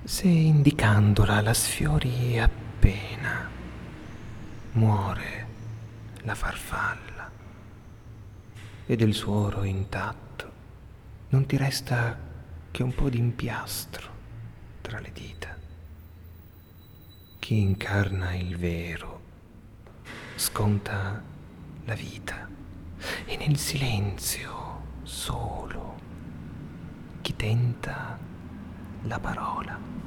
se indicandola la sfiori appena muore la farfalla e del suo oro intatto non ti resta che un po' di impiastro tra le dita. Chi incarna il vero sconta la vita e nel silenzio solo chi tenta la parola